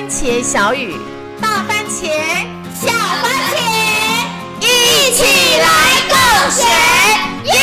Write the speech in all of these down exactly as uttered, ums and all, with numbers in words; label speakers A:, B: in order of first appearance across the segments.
A: 茄小语，
B: 大番茄，小番茄，一起来共学，耶！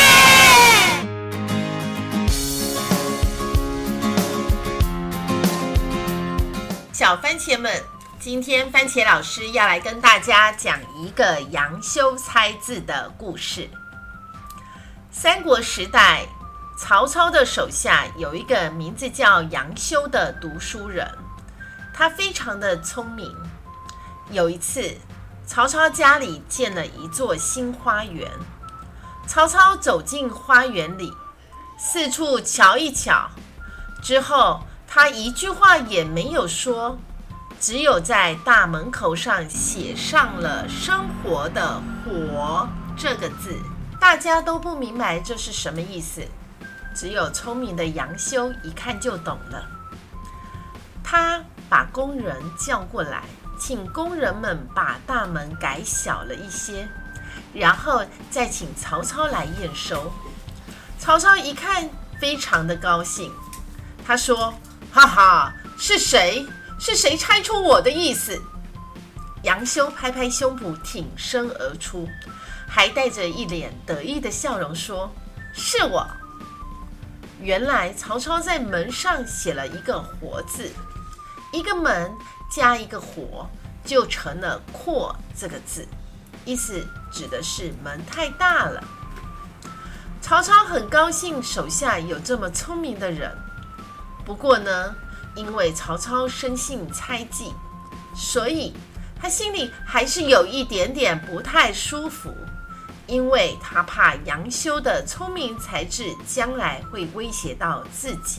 A: 小番茄们，今天番茄老师要来跟大家讲一个杨修猜字的故事。三国时代，曹操的手下有一个名字叫杨修的读书人，他非常的聪明。有一次，曹操家里建了一座新花园，曹操走进花园里，四处瞧一瞧，之后他一句话也没有说，只有在大门口上写上了生活的活这个字。大家都不明白这是什么意思，只有聪明的杨修一看就懂了。他把工人叫过来，请工人们把大门改小了一些，然后再请曹操来验收。曹操一看非常的高兴，他说：哈哈，是谁？是谁猜出我的意思？杨修拍拍胸脯，挺身而出，还带着一脸得意的笑容说：是我。原来曹操在门上写了一个活字，一个门加一个活，就成了阔这个字，意思指的是门太大了。曹操很高兴手下有这么聪明的人，不过呢，因为曹操生性猜忌，所以他心里还是有一点点不太舒服，因为他怕杨修的聪明才智将来会威胁到自己。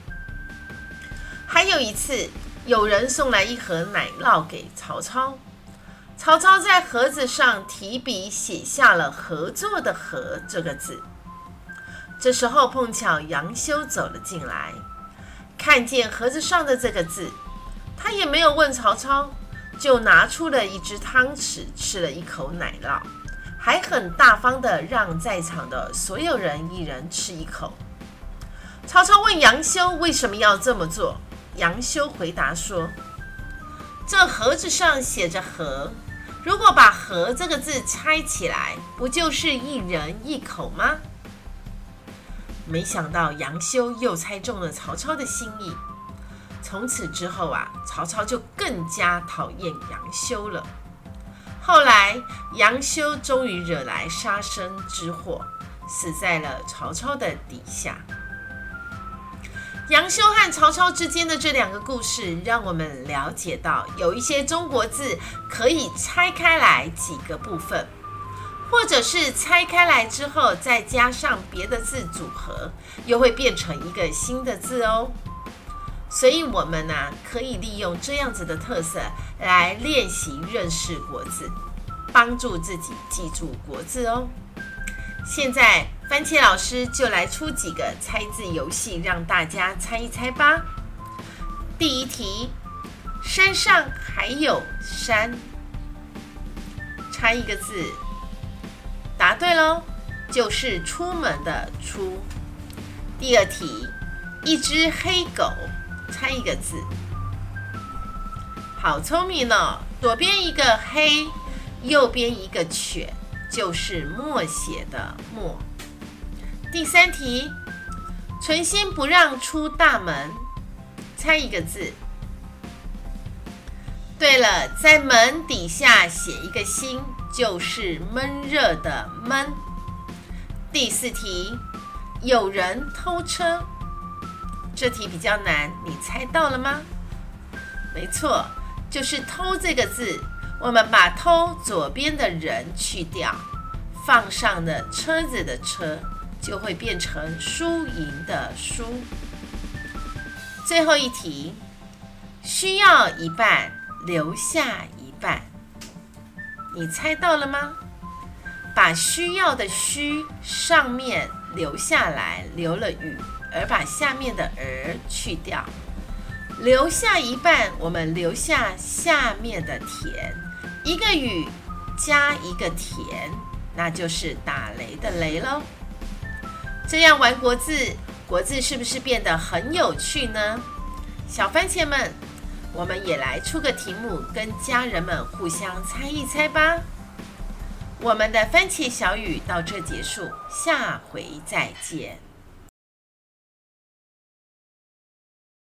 A: 还有一次，有人送来一盒奶酪给曹操，曹操在盒子上提笔写下了合作的合这个字。这时候碰巧杨修走了进来，看见盒子上的这个字，他也没有问曹操，就拿出了一只汤匙，吃了一口奶酪，还很大方的让在场的所有人一人吃一口。曹操问杨修为什么要这么做，杨修回答说：这盒子上写着和，如果把和这个字拆起来，不就是一人一口吗？没想到杨修又猜中了曹操的心意，从此之后啊，曹操就更加讨厌杨修了。后来杨修终于惹来杀身之祸，死在了曹操的底下。杨修和曹操之间的这两个故事，让我们了解到有一些中国字可以拆开来几个部分，或者是拆开来之后再加上别的字组合，又会变成一个新的字哦。所以我们呢、啊，可以利用这样子的特色来练习认识国字，帮助自己记住国字哦。现在番茄老师就来出几个猜字游戏，让大家猜一猜吧。第一题，山上还有山，猜一个字。答对咯，就是出门的出。第二题，一只黑狗，猜一个字。好聪明哦，左边一个黑，右边一个犬，就是默写的默。第三题，存心不让出大门，猜一个字。对了，在门底下写一个心，就是闷热的闷。第四题，有人偷车，这题比较难，你猜到了吗？没错，就是偷这个字，我们把偷左边的人去掉，放上了车子的车，就会变成输赢的输。最后一题，需要一半，留下一半，你猜到了吗？把需要的需上面留下来，留了雨，而把下面的儿去掉，留下一半，我们留下下面的田，一个雨加一个田，那就是打雷的雷咯。这样玩国字，国字是不是变得很有趣呢？小番茄们， 我们也来出个题目，跟家人们互相猜一猜吧。我们的番茄小语到这结束，下回再见。